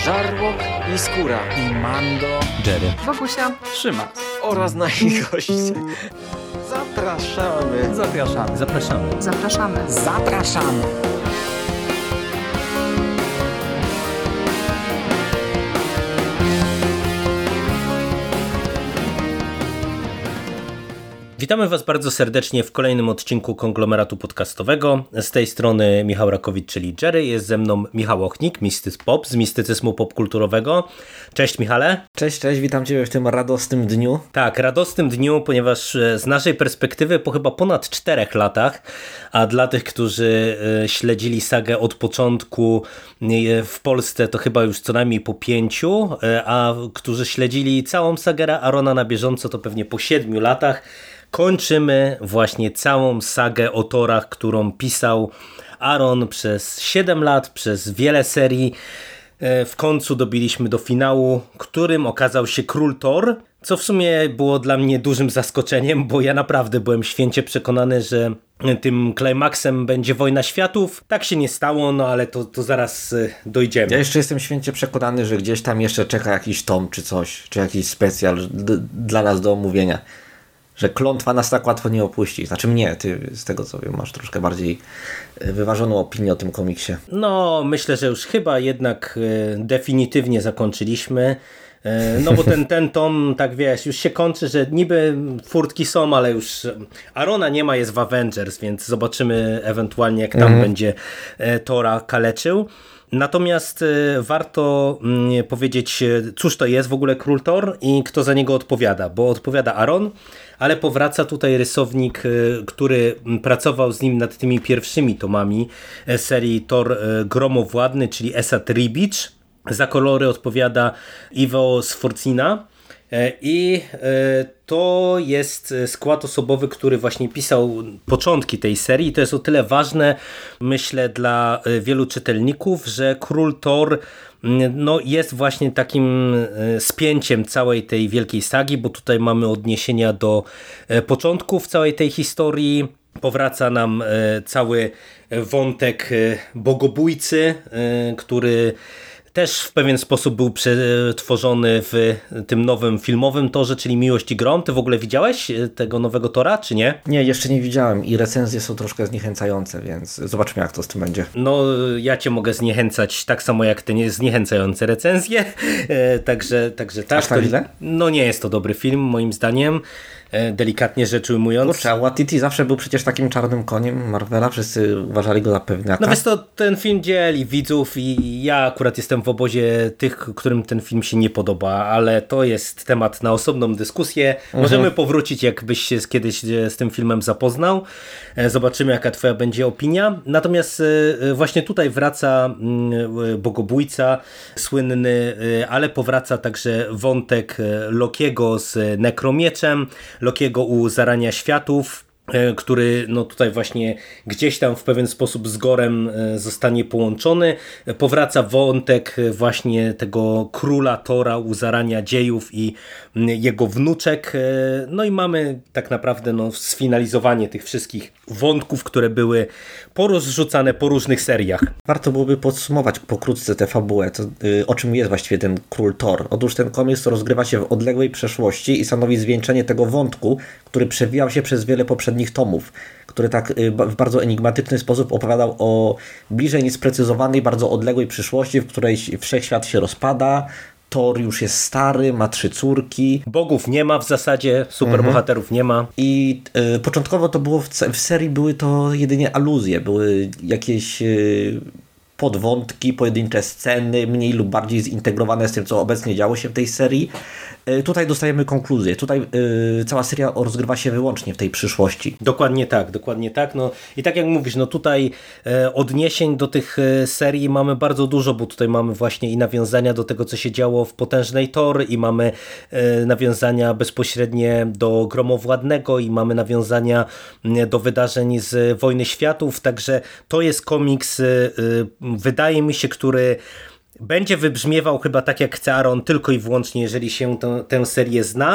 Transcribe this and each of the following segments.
Żarłok i Skóra i Mando, Jerry, Wokusia, Szymas oraz nasi goście. Zapraszamy. Zapraszamy. zapraszamy. zapraszamy. Zapraszamy. Witamy Was bardzo serdecznie w kolejnym odcinku Konglomeratu Podcastowego. Z tej strony Michał Rakowicz, czyli Jerry. Jest ze mną Michał Ochnik, Mistyc Pop, z mistycyzmu popkulturowego. Cześć Michale. Cześć, witam Ciebie w tym radosnym dniu. Tak, radosnym dniu, ponieważ z naszej perspektywy po chyba ponad 4 latach, a dla tych, którzy śledzili sagę od początku w Polsce, to chyba już co najmniej po 5, a którzy śledzili całą sagę Arona na bieżąco, to pewnie po 7 latach, kończymy właśnie całą sagę o Thorach, którą pisał Aaron przez 7 lat, przez wiele serii. W końcu dobiliśmy do finału, którym okazał się Król Thor, co w sumie było dla mnie dużym zaskoczeniem, bo ja naprawdę byłem święcie przekonany, że tym klimaksem będzie Wojna Światów. Tak się nie stało, no ale to zaraz dojdziemy. Ja jeszcze jestem święcie przekonany, że gdzieś tam jeszcze czeka jakiś tom czy coś, czy jakiś specjal dla nas do omówienia. Że klątwa nas tak łatwo nie opuści. Znaczy mnie, ty z tego co wiem, masz troszkę bardziej wyważoną opinię o tym komiksie. No, myślę, że już chyba jednak definitywnie zakończyliśmy. No bo ten tom, tak wiesz, już się kończy, że niby furtki są, ale już Arona nie ma, jest w Avengers, więc zobaczymy ewentualnie jak tam będzie Thora kaleczył. Natomiast warto powiedzieć, cóż to jest w ogóle Król Thor i kto za niego odpowiada, bo odpowiada Aaron, ale powraca tutaj rysownik, który pracował z nim nad tymi pierwszymi tomami serii Thor Gromowładny, czyli Esad Ribic. Za kolory odpowiada Ivo Sforcina. I to jest skład osobowy, który właśnie pisał początki tej serii. To jest o tyle ważne, myślę, dla wielu czytelników, że Król Thor no, jest właśnie takim spięciem całej tej wielkiej sagi, bo tutaj mamy odniesienia do początków całej tej historii. Powraca nam cały wątek bogobójcy, który też w pewien sposób był przetworzony w tym nowym filmowym Torze, czyli Miłość i Grom. Ty w ogóle widziałeś tego nowego Tora, czy nie? Nie, jeszcze nie widziałem i recenzje są troszkę zniechęcające, więc zobaczmy jak to z tym będzie. No, ja cię mogę zniechęcać tak samo jak te zniechęcające recenzje. Także tak. Aż tak źle? No nie jest to dobry film, moim zdaniem. Delikatnie rzecz ujmując. Kurczę, a Waititi zawsze był przecież takim czarnym koniem Marvela, wszyscy uważali go za pewniaka. No wiesz to, ten film dzieli widzów i ja akurat jestem w obozie tych, którym ten film się nie podoba, ale to jest temat na osobną dyskusję. Możemy powrócić, jakbyś się kiedyś z tym filmem zapoznał. Zobaczymy, jaka twoja będzie opinia. Natomiast właśnie tutaj wraca bogobójca słynny, ale powraca także wątek Lokiego z Nekromieczem, Lokiego u Zarania Światów, który no tutaj właśnie gdzieś tam w pewien sposób z Gorem zostanie połączony. Powraca wątek właśnie tego króla Thora u Zarania Dziejów i jego wnuczek. No i mamy tak naprawdę no, sfinalizowanie tych wszystkich wątków, które były porozrzucane po różnych seriach. Warto byłoby podsumować pokrótce tę fabułę, o czym jest właściwie ten Król Thor. Otóż ten komiks rozgrywa się w odległej przeszłości i stanowi zwieńczenie tego wątku, który przewijał się przez wiele poprzednich tomów, który tak w bardzo enigmatyczny sposób opowiadał o bliżej niesprecyzowanej, bardzo odległej przyszłości, w której wszechświat się rozpada, Thor już jest stary, ma 3 córki. Bogów nie ma w zasadzie, superbohaterów nie ma. I początkowo to było w serii były to jedynie aluzje, były jakieś podwątki, pojedyncze sceny, mniej lub bardziej zintegrowane z tym, co obecnie działo się w tej serii. Tutaj dostajemy konkluzję. Tutaj cała seria rozgrywa się wyłącznie w tej przyszłości. Dokładnie tak. No, i tak jak mówisz, no tutaj odniesień do tych serii mamy bardzo dużo, bo tutaj mamy właśnie i nawiązania do tego, co się działo w Potężnej Thor, i mamy nawiązania bezpośrednie do Gromowładnego, i mamy nawiązania do wydarzeń z Wojny Światów, także to jest komiks, wydaje mi się, który będzie wybrzmiewał chyba tak jak chce Aaron, tylko i wyłącznie jeżeli się tę serię zna,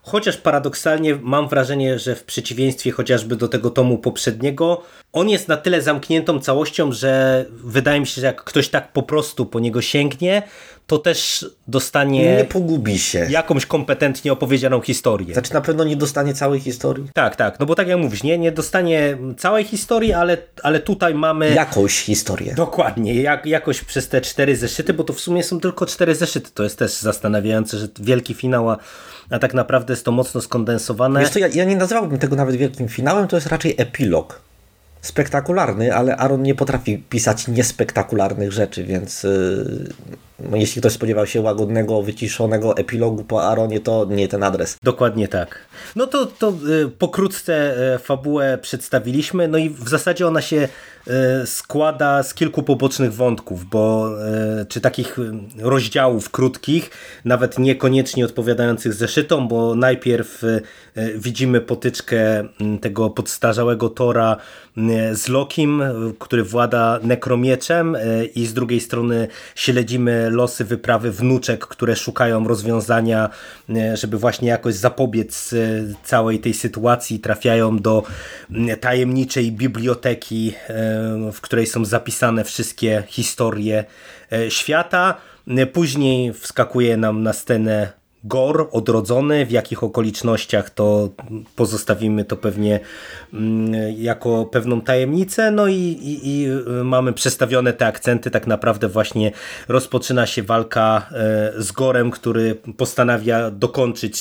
chociaż paradoksalnie mam wrażenie, że w przeciwieństwie chociażby do tego tomu poprzedniego, on jest na tyle zamkniętą całością, że wydaje mi się, że jak ktoś tak po prostu po niego sięgnie, to też dostanie nie pogubi się. Jakąś kompetentnie opowiedzianą historię. Znaczy na pewno nie dostanie całej historii. Tak, no bo tak jak mówisz, nie dostanie całej historii, ale tutaj mamy... Jakąś historię. Dokładnie, jakoś przez te 4 zeszyty, bo to w sumie są tylko 4 zeszyty, to jest też zastanawiające, że wielki finał, a tak naprawdę jest to mocno skondensowane. Wiesz co, ja nie nazywałbym tego nawet wielkim finałem, to jest raczej epilog. Spektakularny, ale Aaron nie potrafi pisać niespektakularnych rzeczy, więc jeśli ktoś spodziewał się łagodnego, wyciszonego epilogu po Aaronie, to nie ten adres. Dokładnie tak. No to pokrótce fabułę przedstawiliśmy, no i w zasadzie ona się składa z kilku pobocznych wątków, czy takich rozdziałów krótkich, nawet niekoniecznie odpowiadających zeszytom, bo najpierw widzimy potyczkę tego podstarzałego Thora z Lokim, który włada nekromieczem, i z drugiej strony śledzimy losy wyprawy wnuczek, które szukają rozwiązania, żeby właśnie jakoś zapobiec całej tej sytuacji. Trafiają do tajemniczej biblioteki, w której są zapisane wszystkie historie świata. Później wskakuje nam na scenę Gor odrodzony, w jakich okolicznościach to pozostawimy to pewnie jako pewną tajemnicę, no i mamy przestawione te akcenty, tak naprawdę właśnie rozpoczyna się walka z Gorem, który postanawia dokończyć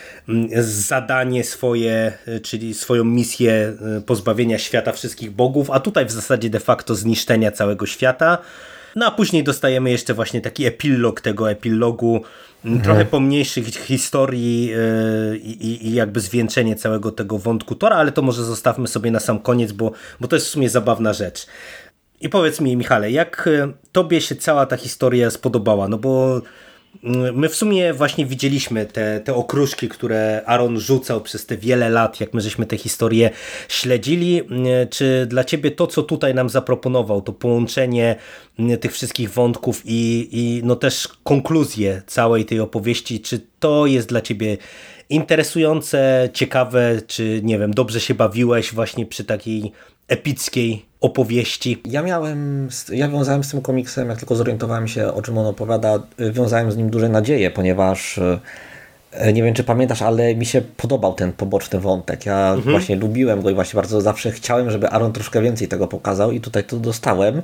zadanie swoje, czyli swoją misję pozbawienia świata wszystkich bogów, a tutaj w zasadzie de facto zniszczenia całego świata. No a później dostajemy jeszcze właśnie taki epilog tego epilogu, trochę pomniejszych historii i jakby zwieńczenie całego tego wątku Thora, ale to może zostawmy sobie na sam koniec, bo to jest w sumie zabawna rzecz. I powiedz mi, Michale, jak tobie się cała ta historia spodobała? No bo my w sumie właśnie widzieliśmy te okruszki, które Aaron rzucał przez te wiele lat, jak my żeśmy te historie śledzili. Czy dla ciebie to, co tutaj nam zaproponował, to połączenie tych wszystkich wątków i no też konkluzję całej tej opowieści, czy to jest dla ciebie interesujące, ciekawe, czy nie wiem, dobrze się bawiłeś właśnie przy takiej epickiej opowieści? Ja wiązałem z tym komiksem, jak tylko zorientowałem się, o czym on opowiada, wiązałem z nim duże nadzieje, ponieważ nie wiem, czy pamiętasz, ale mi się podobał ten poboczny wątek. Ja właśnie lubiłem go i właśnie bardzo zawsze chciałem, żeby Aaron troszkę więcej tego pokazał i tutaj to dostałem.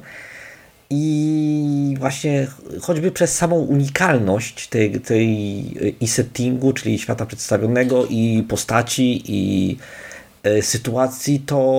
I właśnie choćby przez samą unikalność tej i settingu, czyli świata przedstawionego, i postaci, i sytuacji,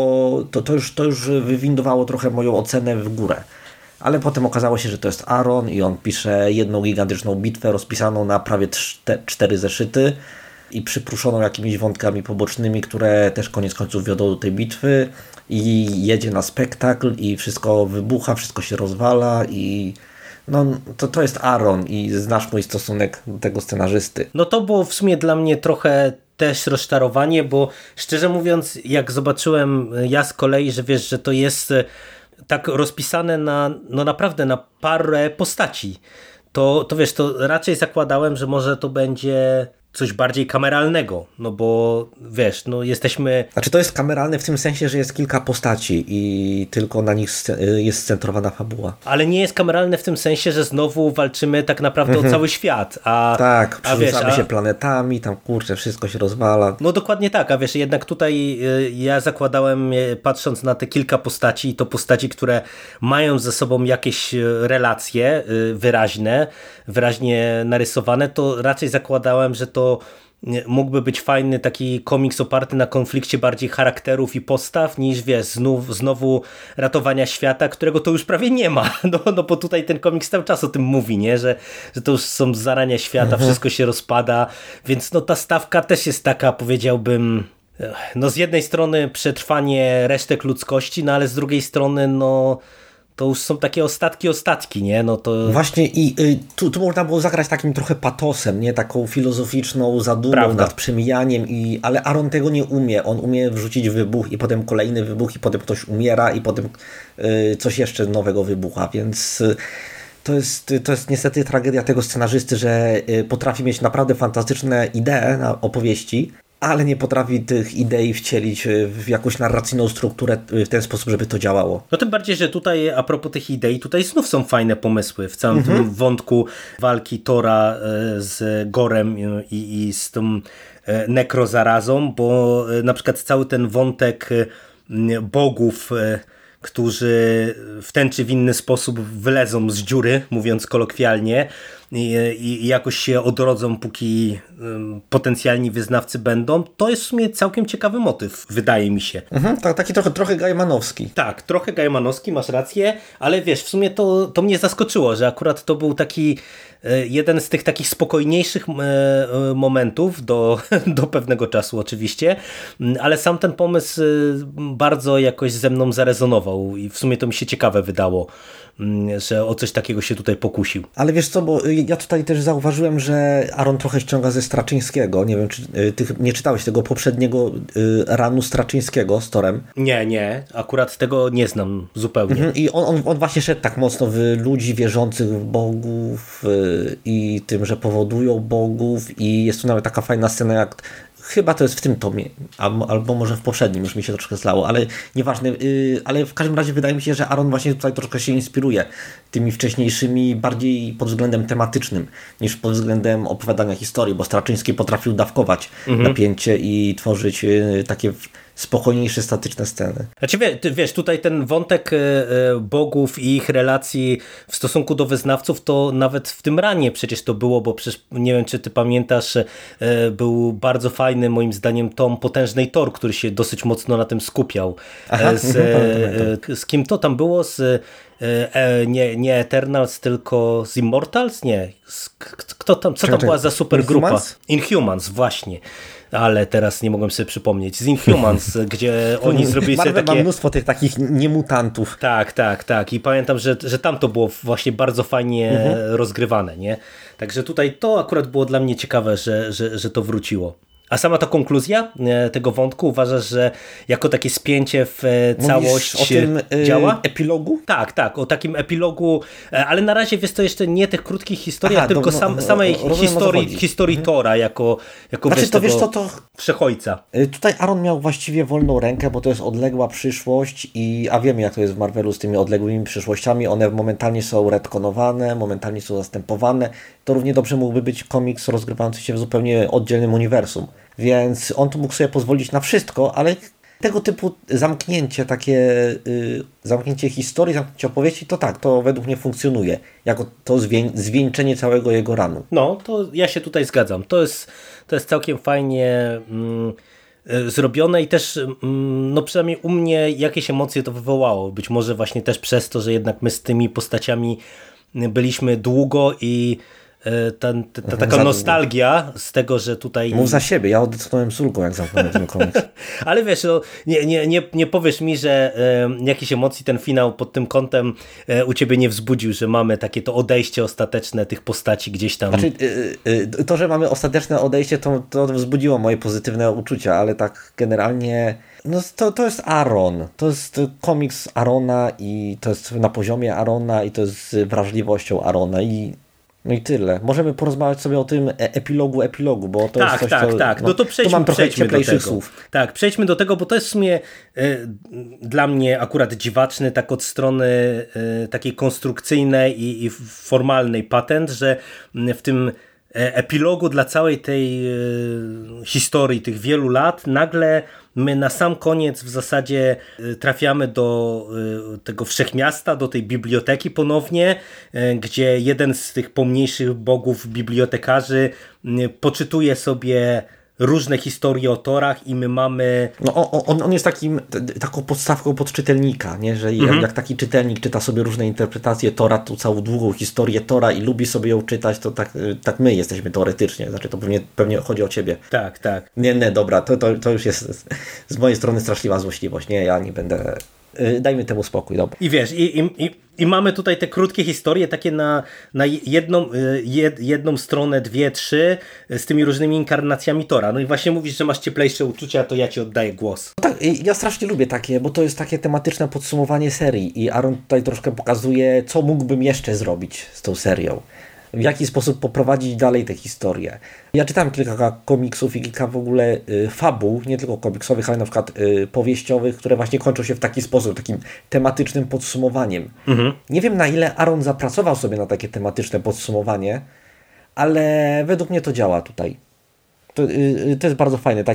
to już wywindowało trochę moją ocenę w górę. Ale potem okazało się, że to jest Aaron i on pisze jedną gigantyczną bitwę rozpisaną na prawie 4 zeszyty i przypruszoną jakimiś wątkami pobocznymi, które też koniec końców wiodą do tej bitwy, i jedzie na spektakl i wszystko wybucha, wszystko się rozwala i no to jest Aaron i znasz mój stosunek do tego scenarzysty. No to było w sumie dla mnie trochę też rozczarowanie, bo szczerze mówiąc, jak zobaczyłem ja z kolei, że wiesz, że to jest tak rozpisane no naprawdę na parę postaci, to wiesz, to raczej zakładałem, że może to będzie coś bardziej kameralnego, no bo wiesz, no jesteśmy... Znaczy to jest kameralne w tym sensie, że jest kilka postaci i tylko na nich jest scentrowana fabuła. Ale nie jest kameralne w tym sensie, że znowu walczymy tak naprawdę o cały świat. Tak, przerzucamy się planetami, tam kurczę, wszystko się rozwala. No dokładnie tak, a wiesz, jednak tutaj ja zakładałem, patrząc na te kilka postaci, i to postaci, które mają ze sobą jakieś relacje wyraźnie narysowane, to raczej zakładałem, że to mógłby być fajny taki komiks oparty na konflikcie bardziej charakterów i postaw, niż wiesz, znowu ratowania świata, którego to już prawie nie ma. No bo tutaj ten komiks cały czas o tym mówi, nie? Że to już są zarania świata, wszystko się rozpada, więc no ta stawka też jest taka, powiedziałbym, no z jednej strony przetrwanie resztek ludzkości, no ale z drugiej strony no to już są takie ostatki, nie? No to... Właśnie i tu można było zagrać takim trochę patosem, nie? Taką filozoficzną zadumą nad przemijaniem, ale Aaron tego nie umie. On umie wrzucić wybuch i potem kolejny wybuch i potem ktoś umiera i potem coś jeszcze nowego wybucha, więc To jest niestety tragedia tego scenarzysty, że potrafi mieć naprawdę fantastyczne idee na opowieści, ale nie potrafi tych idei wcielić w jakąś narracyjną strukturę w ten sposób, żeby to działało. No tym bardziej, że tutaj a propos tych idei, tutaj znów są fajne pomysły w całym tym wątku walki Thora z Gorem i z tą nekrozarazą, bo na przykład cały ten wątek bogów, którzy w ten czy w inny sposób wylezą z dziury, mówiąc kolokwialnie, i jakoś się odrodzą, póki potencjalni wyznawcy będą, to jest w sumie całkiem ciekawy motyw, wydaje mi się. Taki trochę gaimanowski. Tak, trochę gaimanowski, masz rację, ale wiesz, w sumie to mnie zaskoczyło, że akurat to był taki jeden z tych takich spokojniejszych momentów do pewnego czasu oczywiście, ale sam ten pomysł bardzo jakoś ze mną zarezonował i w sumie to mi się ciekawe wydało, że o coś takiego się tutaj pokusił. Ale wiesz co, bo ja tutaj też zauważyłem, że Aaron trochę ściąga ze Straczyńskiego. Nie wiem, czy ty nie czytałeś tego poprzedniego ranu Straczyńskiego z Thorem? Nie, akurat tego nie znam zupełnie. I on właśnie szedł tak mocno w ludzi wierzących w bogów i tym, że powodują bogów, i jest tu nawet taka fajna scena, jak chyba to jest w tym tomie, albo może w poprzednim, już mi się troszkę zlało, ale nieważne, ale w każdym razie wydaje mi się, że Aaron właśnie tutaj troszkę się inspiruje tymi wcześniejszymi, bardziej pod względem tematycznym, niż pod względem opowiadania historii, bo Straczyński potrafił dawkować napięcie i tworzyć takie spokojniejsze, statyczne sceny. Znaczy wiesz, tutaj ten wątek bogów i ich relacji w stosunku do wyznawców, to nawet w tym ranie przecież to było, bo przecież nie wiem, czy ty pamiętasz, był bardzo fajny moim zdaniem tom Potężnej Thor, który się dosyć mocno na tym skupiał. Z kim to tam było? Nie Eternals, tylko z Immortals? Nie. Kto tam, co tam była za super grupa? Inhumans, właśnie. Ale teraz nie mogłem sobie przypomnieć. Z Inhumans, gdzie oni zrobili sobie takie... ma mnóstwo tych takich niemutantów. Tak. I pamiętam, że tam to było właśnie bardzo fajnie rozgrywane, nie? Także tutaj to akurat było dla mnie ciekawe, że to wróciło. A sama ta konkluzja tego wątku, uważasz, że jako takie spięcie w całość o tym działa? Epilogu? Tak, o takim epilogu, ale na razie wiesz to jeszcze nie tych krótkich historiach, tylko samej historii Thora jako znaczy, wiesz, to tego wiesz co, to wszechojca. Tutaj Aaron miał właściwie wolną rękę, bo to jest odległa przyszłość a wiemy, jak to jest w Marvelu z tymi odległymi przyszłościami, one momentalnie są retkonowane, momentalnie są zastępowane. To równie dobrze mógłby być komiks rozgrywający się w zupełnie oddzielnym uniwersum. Więc on tu mógł sobie pozwolić na wszystko, ale tego typu zamknięcie, zamknięcie historii, zamknięcie opowieści, to tak, to według mnie funkcjonuje. Jako to zwieńczenie całego jego ranu. No, to ja się tutaj zgadzam. To jest całkiem fajnie zrobione i też no przynajmniej u mnie jakieś emocje to wywołało. Być może właśnie też przez to, że jednak my z tymi postaciami byliśmy długo i ta taka nostalgia z tego, że tutaj... Mów za siebie, ja odetchnąłem z ulgą, jak zamknąłem ten komiks. Ale wiesz, no, nie powiesz mi, że jakichś emocji ten finał pod tym kątem u ciebie nie wzbudził, że mamy takie to odejście ostateczne tych postaci gdzieś tam. Znaczy, to, że mamy ostateczne odejście, to wzbudziło moje pozytywne uczucia, ale tak generalnie... No to jest Aaron, to jest komiks Aarona i to jest na poziomie Aarona i to jest z wrażliwością Aarona no i tyle. Możemy porozmawiać sobie o tym epilogu, bo to jest coś, co... Tak. No to mam trochę cieplejszych do tego. słów. Tak, przejdźmy do tego, bo to jest w sumie dla mnie akurat dziwaczny, tak od strony takiej konstrukcyjnej i formalnej patent, że w tym epilogu dla całej tej historii, tych wielu lat, nagle my na sam koniec w zasadzie trafiamy do tego wszechmiasta, do tej biblioteki ponownie, gdzie jeden z tych pomniejszych bogów bibliotekarzy poczytuje sobie różne historie o Thorach i my mamy... No on jest taką podstawką pod czytelnika, nie? Że jak taki czytelnik czyta sobie różne interpretacje Thora, tu całą długą historię Thora i lubi sobie ją czytać, to tak my jesteśmy teoretycznie, znaczy to pewnie chodzi o ciebie. Tak. Nie, dobra, to już jest z mojej strony straszliwa złośliwość, nie, ja nie będę Dajmy temu spokój, dobra. I wiesz, i mamy tutaj te krótkie historie, takie na jedną stronę, 2, 3, z tymi różnymi inkarnacjami Tora. No i właśnie mówisz, że masz cieplejsze uczucia, to ja ci oddaję głos. Tak, ja strasznie lubię takie, bo to jest takie tematyczne podsumowanie serii i Aaron tutaj troszkę pokazuje, co mógłbym jeszcze zrobić z tą serią. W jaki sposób poprowadzić dalej tę historię. Ja czytałem kilka komiksów i kilka w ogóle fabuł, nie tylko komiksowych, ale na przykład powieściowych, które właśnie kończą się w taki sposób, takim tematycznym podsumowaniem. Nie wiem, na ile Aaron zapracował sobie na takie tematyczne podsumowanie, ale według mnie to działa tutaj. To jest bardzo fajne.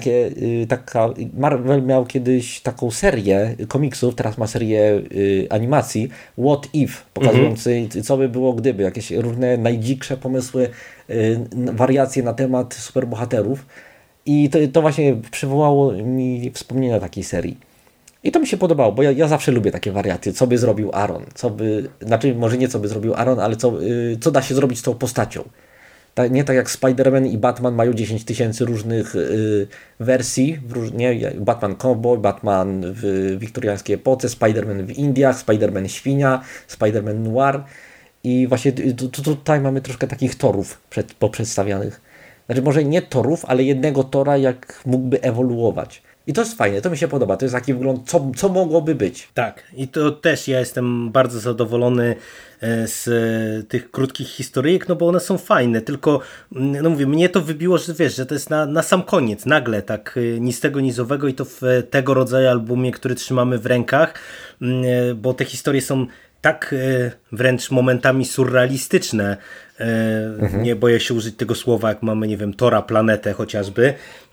Marvel miał kiedyś taką serię komiksów, teraz ma serię animacji What If, pokazujący co by było gdyby, jakieś różne najdziksze pomysły, wariacje na temat superbohaterów i to właśnie przywołało mi wspomnienia takiej serii. I to mi się podobało, bo ja zawsze lubię takie wariacje, co by zrobił Aaron, znaczy może nie co by zrobił Aaron, ale co da się zrobić z tą postacią. Nie tak jak Spider-Man i Batman mają 10 tysięcy różnych wersji, Batman Cowboy, Batman w wiktoriańskiej epoce, Spider-Man w Indiach, Spider-Man Świnia, Spider-Man Noir i właśnie tutaj mamy troszkę takich torów poprzedstawianych. Znaczy może nie torów, ale jednego tora jak mógłby ewoluować. I to jest fajne, to mi się podoba, to jest taki wgląd, co mogłoby być. Tak, i to też ja jestem bardzo zadowolony z tych krótkich historyjek, no bo one są fajne, tylko no mówię, mnie to wybiło, że wiesz, że to jest na sam koniec, nagle tak ni z tego, ni z owego i to w tego rodzaju albumie, który trzymamy w rękach, bo te historie są tak wręcz momentami surrealistyczne, nie boję się użyć tego słowa, jak mamy, nie wiem, Tora, planetę chociażby,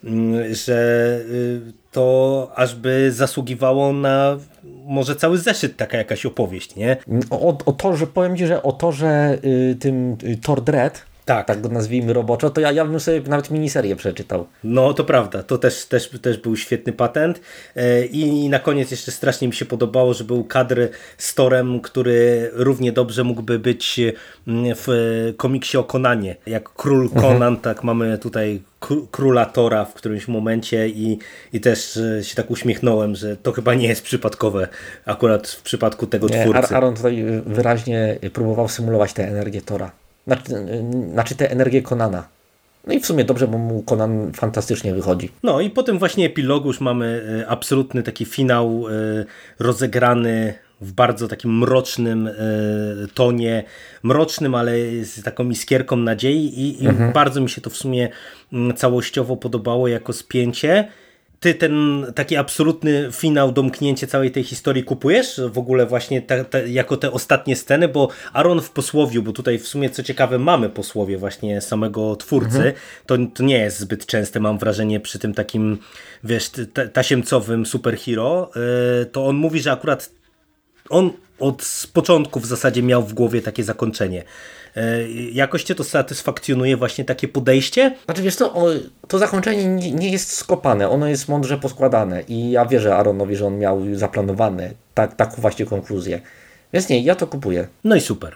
że to aż by zasługiwało na może cały zeszyt, taka jakaś opowieść, nie? Powiem Ci, że o Torze tym Thor Dread, tak go nazwijmy roboczo, to ja bym sobie nawet miniserię przeczytał. No to prawda, to też był świetny patent i na koniec jeszcze strasznie mi się podobało, że był kadr z Torem, który równie dobrze mógłby być w komiksie o Conanie. Jak król Conan, tak mamy tutaj króla Tora w którymś momencie i też się tak uśmiechnąłem, że to chyba nie jest przypadkowe akurat w przypadku tego twórcy. Aaron tutaj wyraźnie próbował symulować tę energię Tora. Znaczy tę energię Conana. No i w sumie dobrze, bo mu Conan fantastycznie wychodzi. No i po tym właśnie epilogu już mamy absolutny taki finał rozegrany w bardzo takim mrocznym tonie, mrocznym, ale z taką iskierką nadziei i bardzo mi się to w sumie całościowo podobało jako spięcie. Ty ten taki absolutny finał, domknięcie całej tej historii kupujesz w ogóle właśnie jako te ostatnie sceny, bo Aaron w posłowiu, bo tutaj w sumie co ciekawe mamy posłowie właśnie samego twórcy, to nie jest zbyt częste, mam wrażenie, przy tym takim, wiesz, tasiemcowym superhero, to on mówi, że akurat on od początku w zasadzie miał w głowie takie zakończenie. Jakoś cię to satysfakcjonuje właśnie takie podejście? Znaczy wiesz co, to zakończenie nie jest skopane, ono jest mądrze poskładane i ja wierzę Aaronowi, że on miał zaplanowane taką właśnie konkluzję. Więc nie, ja to kupuję. No i super,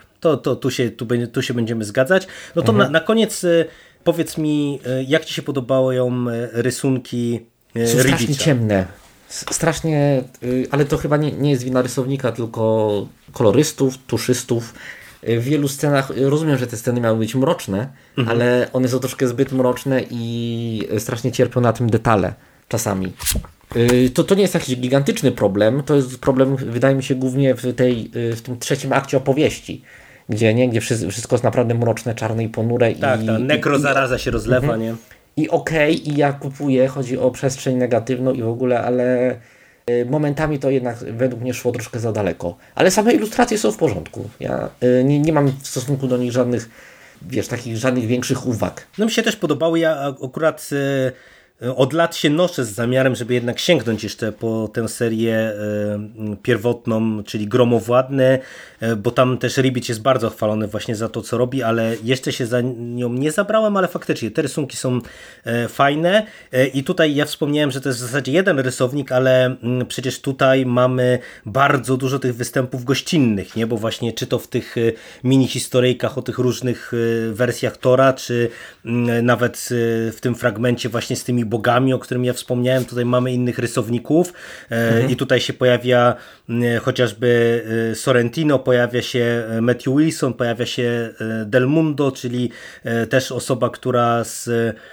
tu się będziemy zgadzać. No to na koniec powiedz mi, jak ci się podobają rysunki Są strasznie ciemne. Strasznie, ale to chyba nie jest wina rysownika, tylko kolorystów, tuszystów. W wielu scenach, rozumiem, że te sceny miały być mroczne, ale one są troszkę zbyt mroczne i strasznie cierpią na tym detale czasami. To nie jest jakiś gigantyczny problem, to jest problem, wydaje mi się, głównie w tym trzecim akcie opowieści, gdzie wszystko jest naprawdę mroczne, czarne i ponure. Tak, ta nekrozaraza się rozlewa, nie? I i ja kupuję, chodzi o przestrzeń negatywną i w ogóle, ale momentami to jednak według mnie szło troszkę za daleko. Ale same ilustracje są w porządku. Ja nie mam w stosunku do nich żadnych, takich żadnych większych uwag. No mi się też podobały, ja akurat od lat się noszę z zamiarem, żeby jednak sięgnąć jeszcze po tę serię pierwotną, czyli Gromowładny, bo tam też Ribic jest bardzo chwalony właśnie za to, co robi, ale jeszcze się za nią nie zabrałem, ale faktycznie te rysunki są fajne i tutaj ja wspomniałem, że to jest w zasadzie jeden rysownik, ale przecież tutaj mamy bardzo dużo tych występów gościnnych, nie? Bo właśnie czy to w tych mini historyjkach o tych różnych wersjach Tora, czy nawet w tym fragmencie właśnie z tymi bogami, o którym ja wspomniałem. Tutaj mamy innych rysowników i tutaj się pojawia chociażby Sorrentino, pojawia się Matthew Wilson, pojawia się Del Mundo, czyli też osoba, która z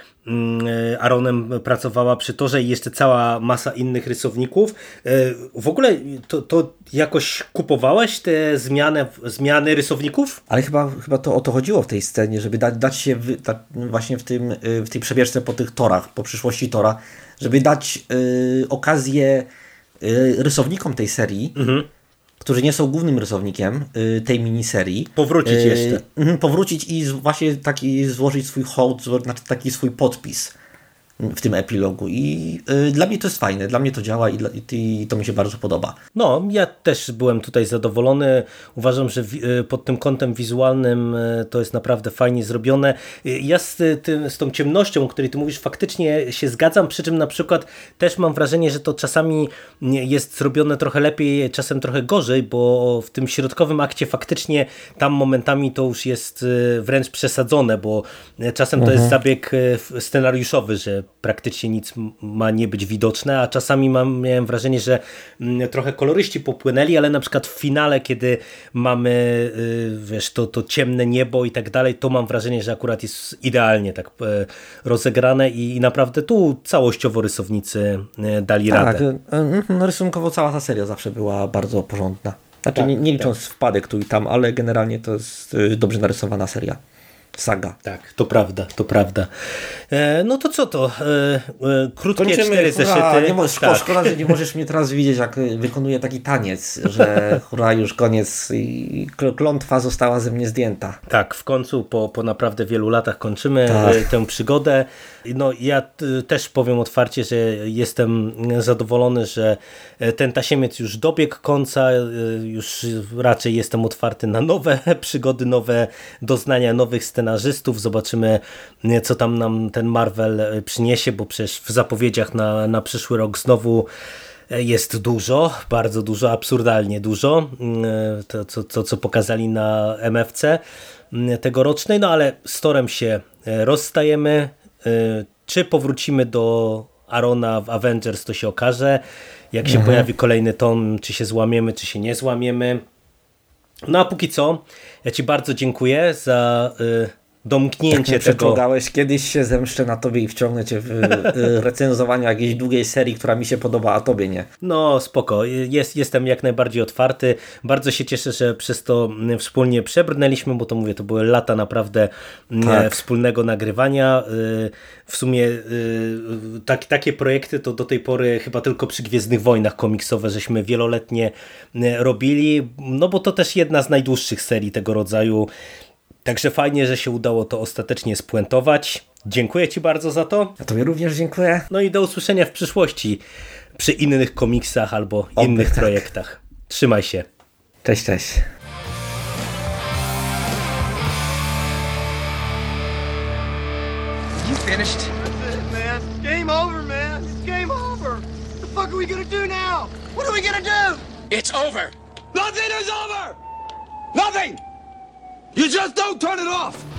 Aaronem pracowała przy torze i jeszcze cała masa innych rysowników. W ogóle to jakoś kupowałeś te zmiany rysowników? Ale chyba to o to chodziło w tej scenie, żeby dać się właśnie w tej przebieżce po tych torach, po przyszłości tora, żeby dać okazję rysownikom tej serii, którzy nie są głównym rysownikiem tej miniserii. Powrócić jeszcze. Powrócić i właśnie taki złożyć swój hołd, taki swój podpis w tym epilogu. I dla mnie to jest fajne, dla mnie to działa i to mi się bardzo podoba. No, ja też byłem tutaj zadowolony. Uważam, że pod tym kątem wizualnym to jest naprawdę fajnie zrobione. Ja z tą ciemnością, o której ty mówisz, faktycznie się zgadzam, przy czym na przykład też mam wrażenie, że to czasami jest zrobione trochę lepiej, czasem trochę gorzej, bo w tym środkowym akcie faktycznie tam momentami to już jest wręcz przesadzone, bo czasem to jest zabieg scenariuszowy, że praktycznie nic ma nie być widoczne, a czasami miałem wrażenie, że trochę koloryści popłynęli, ale na przykład w finale, kiedy mamy wiesz, to ciemne niebo i tak dalej, to mam wrażenie, że akurat jest idealnie tak rozegrane i naprawdę tu całościowo rysownicy dali radę. No rysunkowo cała ta seria zawsze była bardzo porządna. Znaczy nie licząc wpadek tu i tam, ale generalnie to jest dobrze narysowana seria. Saga. Tak, to prawda, to prawda. No to co to? Krótkie 4 zeszyty. Szkoda, że nie możesz mnie teraz widzieć, jak wykonuję taki taniec, że hurra, już koniec i klątwa została ze mnie zdjęta. Tak, w końcu po naprawdę wielu latach kończymy tę przygodę. No ja też powiem otwarcie, że jestem zadowolony, że ten tasiemiec już dobiegł końca, już raczej jestem otwarty na nowe przygody, nowe doznania, nowych scenarzystów. Zobaczymy, co tam nam ten Marvel przyniesie, bo przecież w zapowiedziach na przyszły rok znowu jest dużo, bardzo dużo, absurdalnie dużo, to co pokazali na MFC tegorocznej, no ale z Torem się rozstajemy. Czy powrócimy do Aarona w Avengers, to się okaże. Jak się pojawi kolejny tom, czy się złamiemy, czy się nie złamiemy. No a póki co, ja Ci bardzo dziękuję za domknięcie tego. Przeczołgałeś, kiedyś się zemszczę na tobie i wciągnę cię w recenzowanie jakiejś długiej serii, która mi się podoba, a tobie nie. No spoko, jestem jak najbardziej otwarty. Bardzo się cieszę, że przez to wspólnie przebrnęliśmy, bo to mówię, to były lata naprawdę wspólnego nagrywania. W sumie takie projekty to do tej pory chyba tylko przy Gwiezdnych Wojnach komiksowe żeśmy wieloletnie robili, no bo to też jedna z najdłuższych serii tego rodzaju. Także fajnie, że się udało to ostatecznie spuentować. Dziękuję Ci bardzo za to. Ja Tobie również dziękuję. No i do usłyszenia w przyszłości przy innych komiksach albo innych projektach. Trzymaj się. Cześć, cześć. You finished? That's it, man. It's game over, man. It's game over. What the fuck are we gonna do now? What are we gonna do? It's over. Nothing is over! Nothing! You just don't turn it off!